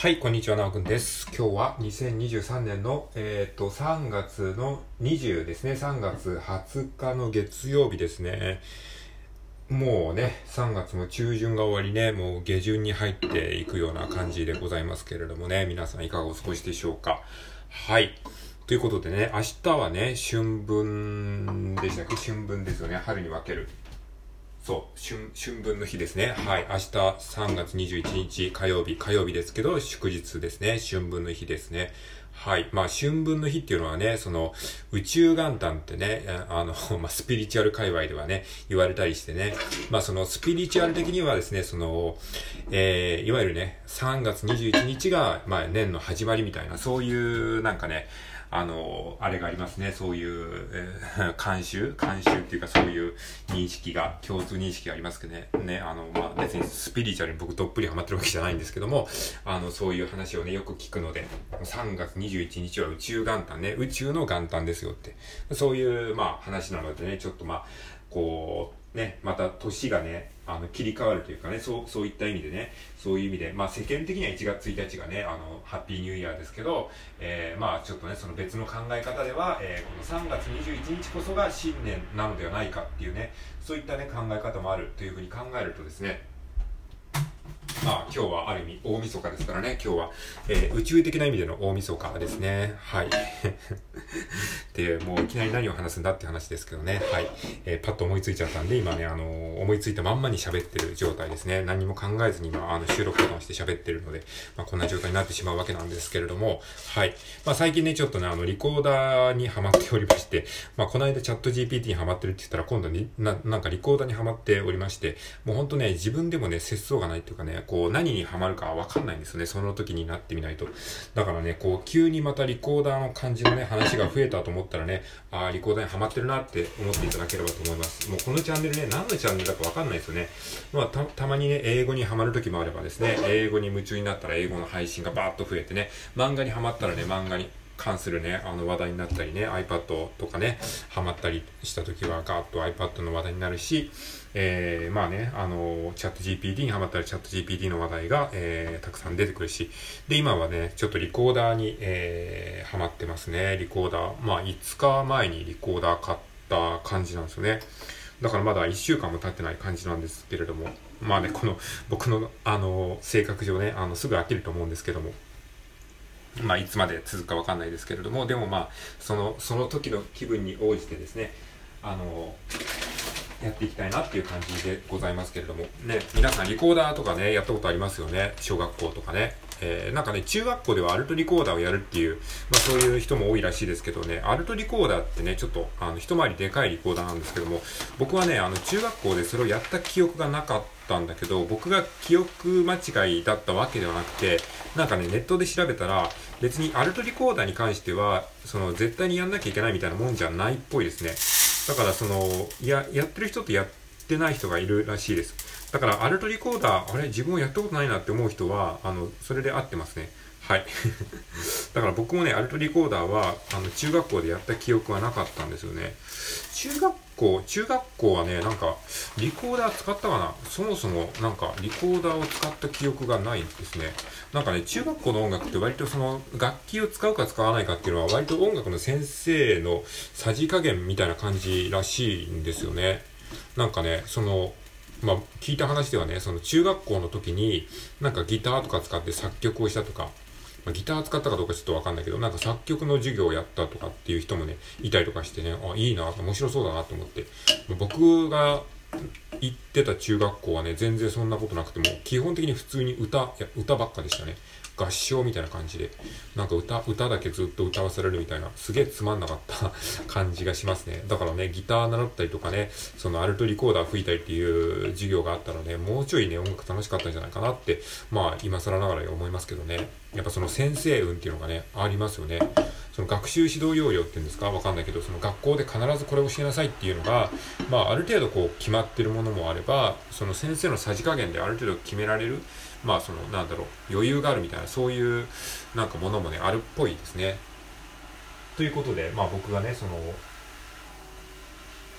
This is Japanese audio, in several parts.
はい、こんにちは、なおくんです。今日は2023年の、3月の20ですね。3月20日の月曜日ですね。もうね、3月も中旬が終わりね、もう下旬に入っていくような感じでございますけれどもね、皆さんいかがお過ごしでしょうか。はい。ということでね、明日はね、春分でしたっけ？春分ですよね。春に分ける。そう、春分の日ですね。はい。明日3月21日火曜日ですけど、祝日ですね。春分の日ですね。はい。まあ、春分の日っていうのはね、宇宙元旦ってね、スピリチュアル界隈ではね、言われたりしてね。まあ、スピリチュアル的にはですね、いわゆるね、3月21日が、まあ、年の始まりみたいな、そういうなんかね、あれがありますね。そういう、慣習っていうかそういう共通認識がありますけどね。まあ、別にスピリチュアルに僕どっぷりハマってるわけじゃないんですけども、そういう話をね、よく聞くので、3月21日は宇宙元旦ね、宇宙の元旦ですよって。そういう、まあ、話なのでね、ちょっとまあ、また年がね、切り替わるというかね、そういった意味でね、そういう意味で、まあ世間的には1月1日がね、ハッピーニューイヤーですけど、まあちょっとね、その別の考え方では、この3月21日こそが新年なのではないかっていうね、そういったね、考え方もあるというふうに考えるとですね、まあ今日はある意味大晦日ですからね、今日は、宇宙的な意味での大晦日ですね。はい。で、もういきなり何を話すんだって話ですけどね。はい。パッと思いついちゃったんで、今ね、思いついたまんまに喋ってる状態ですね。何も考えずに今、収録ボタンをして喋ってるので、まあこんな状態になってしまうわけなんですけれども、はい。まあ最近ね、ちょっとね、リコーダーにハマっておりまして、まあこの間チャット GPT にハマってるって言ったら、今度になんかリコーダーにハマっておりまして、もうほんとね、自分でもね、節操がないっていうかね、何にハマるかわかんないんですよね。その時になってみないと。だからね、急にまたリコーダーの感じのね、話が増えたと思ったらね、リコーダーにハマってるなって思っていただければと思います。もうこのチャンネルね、何のチャンネルだかわかんないですよね。まあ、たまにね、英語にハマる時もあればですね、英語に夢中になったら英語の配信がバーッと増えてね、漫画にハマったらね、漫画に関するね、話題になったりね、iPad とかね、ハマったりした時はガーッと iPad の話題になるし、まあね、チャット GPT にハマったらチャット GPT の話題が、たくさん出てくるし、で、今はね、ちょっとリコーダーに、ハマってますね。リコーダー。まあ、5日前にリコーダー買った感じなんですよね。だからまだ1週間も経ってない感じなんですけれども、まあね、僕の、性格上ね、すぐ飽きると思うんですけども、まあ、いつまで続くかわかんないですけれども、でもまあ、その時の気分に応じてですね、やっていきたいなっていう感じでございますけれども。ね、皆さんリコーダーとかね、やったことありますよね。小学校とかね。なんかね、中学校ではアルトリコーダーをやるっていう、まあそういう人も多いらしいですけどね、アルトリコーダーってね、ちょっと、一回りでかいリコーダーなんですけども、僕はね、中学校でそれをやった記憶がなかったんだけど、僕が記憶間違いだったわけではなくて、なんかね、ネットで調べたら、別にアルトリコーダーに関しては、絶対にやんなきゃいけないみたいなもんじゃないっぽいですね。だからやってる人とやってない人がいるらしいです。だからアルトリコーダー、自分はやったことないなって思う人は、それで合ってますね。はい。だから僕もね、アルトリコーダーは、中学校でやった記憶はなかったんですよね。中学校はね、なんか、リコーダー使ったかな？そもそも、なんか、リコーダーを使った記憶がないんですね。なんかね、中学校の音楽って割と楽器を使うか使わないかっていうのは、割と音楽の先生のさじ加減みたいな感じらしいんですよね。なんかね、まあ、聞いた話ではね、中学校の時に、なんかギターとか使って作曲をしたとか、まあ、ギター使ったかどうかちょっとわかんないけど、なんか作曲の授業をやったとかっていう人もね、いたりとかしてね、いいな、面白そうだなと思って。僕が行ってた中学校はね、全然そんなことなくても、基本的に普通に歌ばっかでしたね。合唱みたいな感じで、なんか歌だけずっと歌わされるみたいな、すげえつまんなかった感じがしますね。だからね、ギター習ったりとかね、アルトリコーダー吹いたりっていう授業があったらね、もうちょいね、音楽楽しかったんじゃないかなって、まあ、今更ながら思いますけどね。やっぱ先生運っていうのがね、ありますよね。学習指導要領っていうんですかわかんないけど、学校で必ずこれを教えなさいっていうのが、まあ、ある程度決まってるものもあれば、先生のさじ加減である程度決められる、まあ、余裕があるみたいな、そういう、なんかものもね、あるっぽいですね。ということで、まあ僕がね、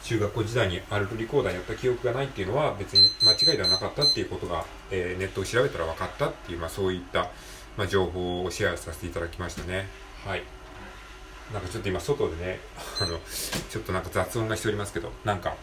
中学校時代にアルトリコーダーやった記憶がないっていうのは別に間違いではなかったっていうことが、ネットを調べたら分かったっていう、そういった、情報をシェアさせていただきましたね。はい。なんかちょっと今外でね、ちょっとなんか雑音がしておりますけど、なんか、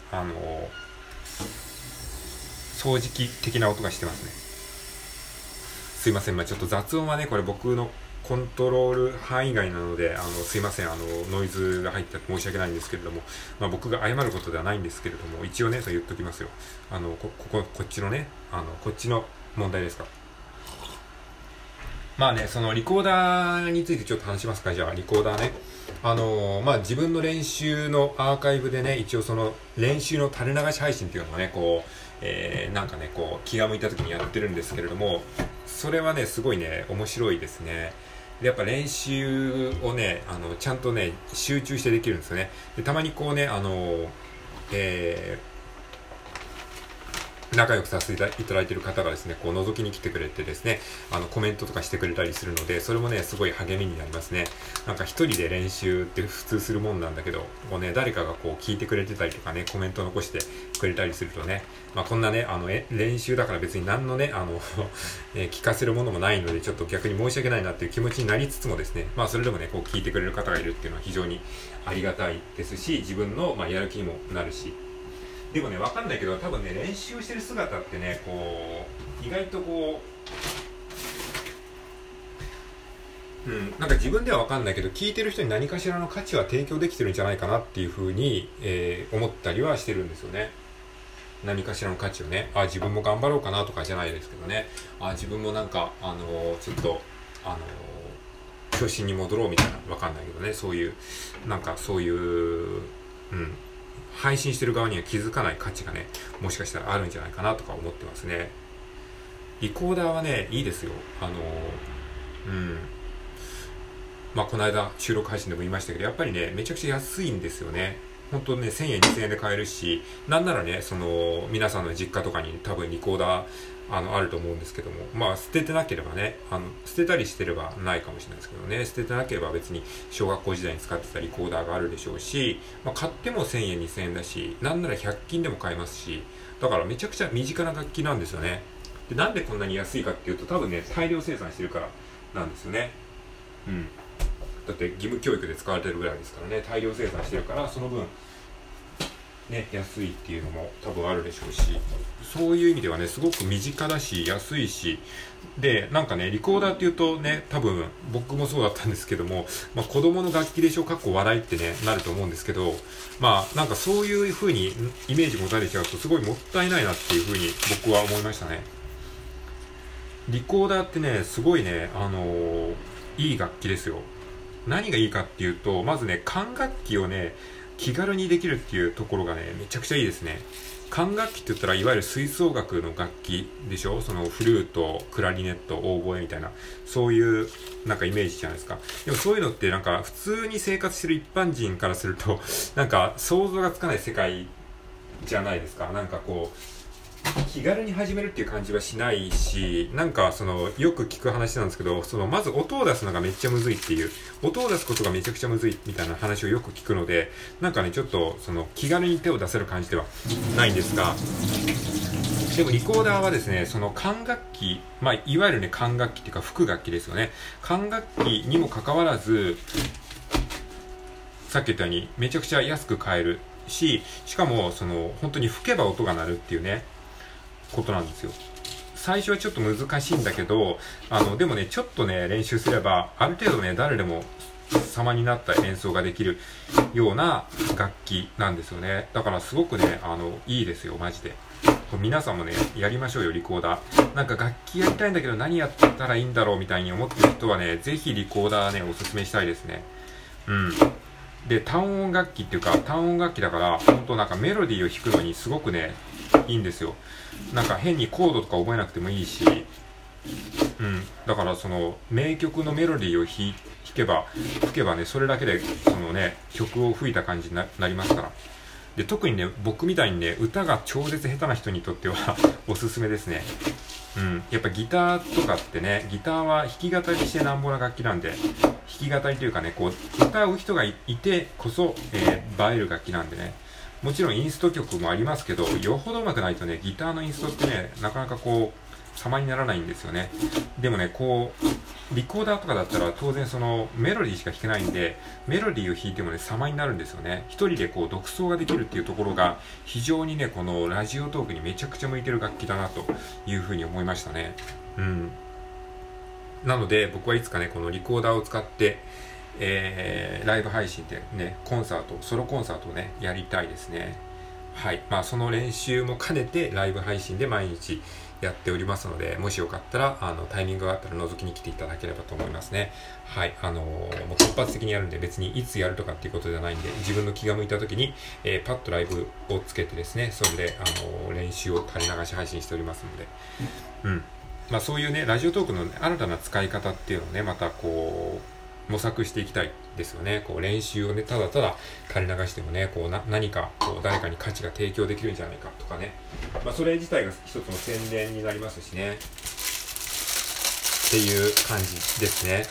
掃除機的な音がしてますね。すいません。ちょっと雑音はね、これ僕のコントロール範囲外なので、すいません。ノイズが入って申し訳ないんですけれども、僕が謝ることではないんですけれども、一応ね、と言っときますよ。こっちのね、こっちの問題ですか。そのリコーダーについてちょっと話しますか。じゃあ、リコーダーね。自分の練習のアーカイブでね、一応その練習の垂れ流し配信っていうのをね、なんかね、気が向いた時にやってるんですけれども、それはね、すごいね、面白いですね。で、やっぱ練習をね、ちゃんとね、集中してできるんですよね。で、たまに仲良くさせていただいている方がですね、覗きに来てくれてですね、コメントとかしてくれたりするので、それもね、すごい励みになりますね。なんか一人で練習って普通するもんなんだけど、誰かが聞いてくれてたりとかね、コメント残してくれたりするとね、こんなね、練習だから別に何のね、聞かせるものもないので、ちょっと逆に申し訳ないなっていう気持ちになりつつもですね、それでもね、聞いてくれる方がいるっていうのは非常にありがたいですし、自分の、やる気にもなるし、でもね、わかんないけど、多分ね、練習してる姿ってね、意外となんか自分ではわかんないけど、聞いてる人に何かしらの価値は提供できてるんじゃないかなっていうふうに、思ったりはしてるんですよね。何かしらの価値をね、自分も頑張ろうかなとかじゃないですけどね、自分もなんか、ちょっと、初心に戻ろうみたいな、わかんないけどね、そういう、なんかそういう、配信してる側には気づかない価値がね、もしかしたらあるんじゃないかなとか思ってますね。リコーダーはね、いいですよ。この間収録配信でも言いましたけど、やっぱりね、めちゃくちゃ安いんですよね。本当ね、1000円、2000円で買えるし、なんならね、皆さんの実家とかに多分リコーダー、あると思うんですけども、捨ててなければね、捨てたりしてればないかもしれないですけどね、捨ててなければ別に小学校時代に使ってたリコーダーがあるでしょうし、買っても1000円、2000円だし、なんなら100均でも買えますし、だからめちゃくちゃ身近な楽器なんですよね。で、なんでこんなに安いかっていうと、多分ね、大量生産してるからなんですよね。だって義務教育で使われてるぐらいですからね、大量生産してるから、その分、ね、安いっていうのも多分あるでしょうし、そういう意味ではね、すごく身近だし、安いし、で、なんかね、リコーダーっていうとね、多分、僕もそうだったんですけども、子供の楽器でしょ、かっこ笑いってね、なると思うんですけど、なんかそういう風にイメージ持たれちゃうと、すごいもったいないなっていう風に僕は思いましたね。リコーダーってね、すごいね、いい楽器ですよ。何がいいかっていうと、まずね、管楽器をね、気軽にできるっていうところがね、めちゃくちゃいいですね。管楽器って言ったら、いわゆる吹奏楽の楽器でしょ？そのフルート、クラリネット、オーボエみたいな、そういうなんかイメージじゃないですか。でもそういうのってなんか普通に生活してる一般人からすると、なんか想像がつかない世界じゃないですか。なんか気軽に始めるっていう感じはしないし、なんかよく聞く話なんですけど、まず音を出すのがめっちゃむずいっていう、音を出すことがめちゃくちゃむずいみたいな話をよく聞くので、なんかね、ちょっと気軽に手を出せる感じではないんですが、でもリコーダーはですね、管楽器、いわゆるね、管楽器っていうか副楽器ですよね。管楽器にもかかわらず、さっき言ったようにめちゃくちゃ安く買えるし、しかも本当に吹けば音が鳴るっていうね、ことなんですよ。最初はちょっと難しいんだけど、でもね、ちょっとね、練習すれば、ある程度ね、誰でも様になった演奏ができるような楽器なんですよね。だからすごくね、いいですよ、マジで。皆さんもね、やりましょうよ、リコーダー。なんか楽器やりたいんだけど何やったらいいんだろうみたいに思ってる人はね、ぜひリコーダーね、おすすめしたいですね。で、単音楽器っていうか、単音楽器だから、本当なんかメロディーを弾くのにすごくね、いいんですよ。なんか変にコードとか覚えなくてもいいし、だから名曲のメロディーを吹けばね、それだけで曲を吹いた感じに なりますから。で、特にね、僕みたいにね、歌が超絶下手な人にとってはおすすめですね。やっぱギターとかってね、ギターは弾き語りしてなんぼな楽器なんで、弾き語りというかね、歌う人がいてこそ、映える楽器なんでね、 もちろんインスト曲もありますけど、よほど上手くないとね、ギターのインストってね、なかなかこう、様にならないんですよね。でもね、こう、リコーダーとかだったら当然そのメロディーしか弾けないんで、メロディーを弾いてもね、様になるんですよね。一人でこう独奏ができるっていうところが、非常にね、このラジオトークにめちゃくちゃ向いてる楽器だなというふうに思いましたね。なので、僕はいつかね、このリコーダーを使って、ライブ配信でね、ソロコンサートをね、やりたいですね。はい。その練習も兼ねて、ライブ配信で毎日やっておりますので、もしよかったら、タイミングがあったら覗きに来ていただければと思いますね。はい。もう突発的にやるんで、別にいつやるとかっていうことじゃないんで、自分の気が向いた時に、パッとライブをつけてですね、それで、練習を垂れ流し配信しておりますので、そういうね、ラジオトークの、ね、新たな使い方っていうのをね、またこう、模索していきたいですよね。こう練習をね、ただただ垂れ流してもね、こう何かこう誰かに価値が提供できるんじゃないかとかね。それ自体が一つの宣伝になりますしね。っていう感じですね。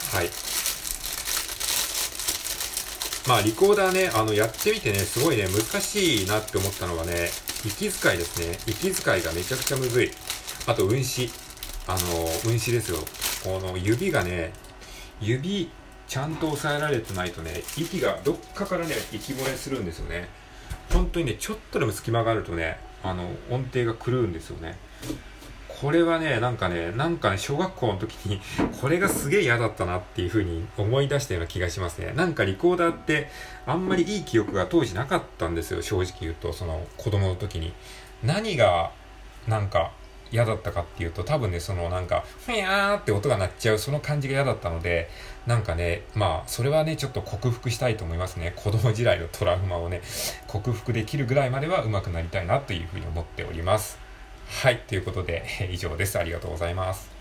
はい。リコーダーね、やってみてね、すごいね、難しいなって思ったのはね、息遣いですね。息遣いがめちゃくちゃむずい。あと、運指。運指ですよ。この指がね、ちゃんと抑えられてないとね、息がどっかからね、息漏れするんですよね。本当にね、ちょっとでも隙間があるとね、音程が狂うんですよね。これはね、なんかね、小学校の時に、これがすげえ嫌だったなっていう風に思い出したような気がしますね。なんかリコーダーって、あんまりいい記憶が当時なかったんですよ、正直言うと、その子供の時に。何が、なんか、嫌だったかっていうと、多分ね、そのなんか、ふやーって音が鳴っちゃう、その感じが嫌だったので、なんかね、それはね、ちょっと克服したいと思いますね。子供時代のトラウマをね、克服できるぐらいまでは上手くなりたいなというふうに思っております。はい、ということで、以上です。ありがとうございます。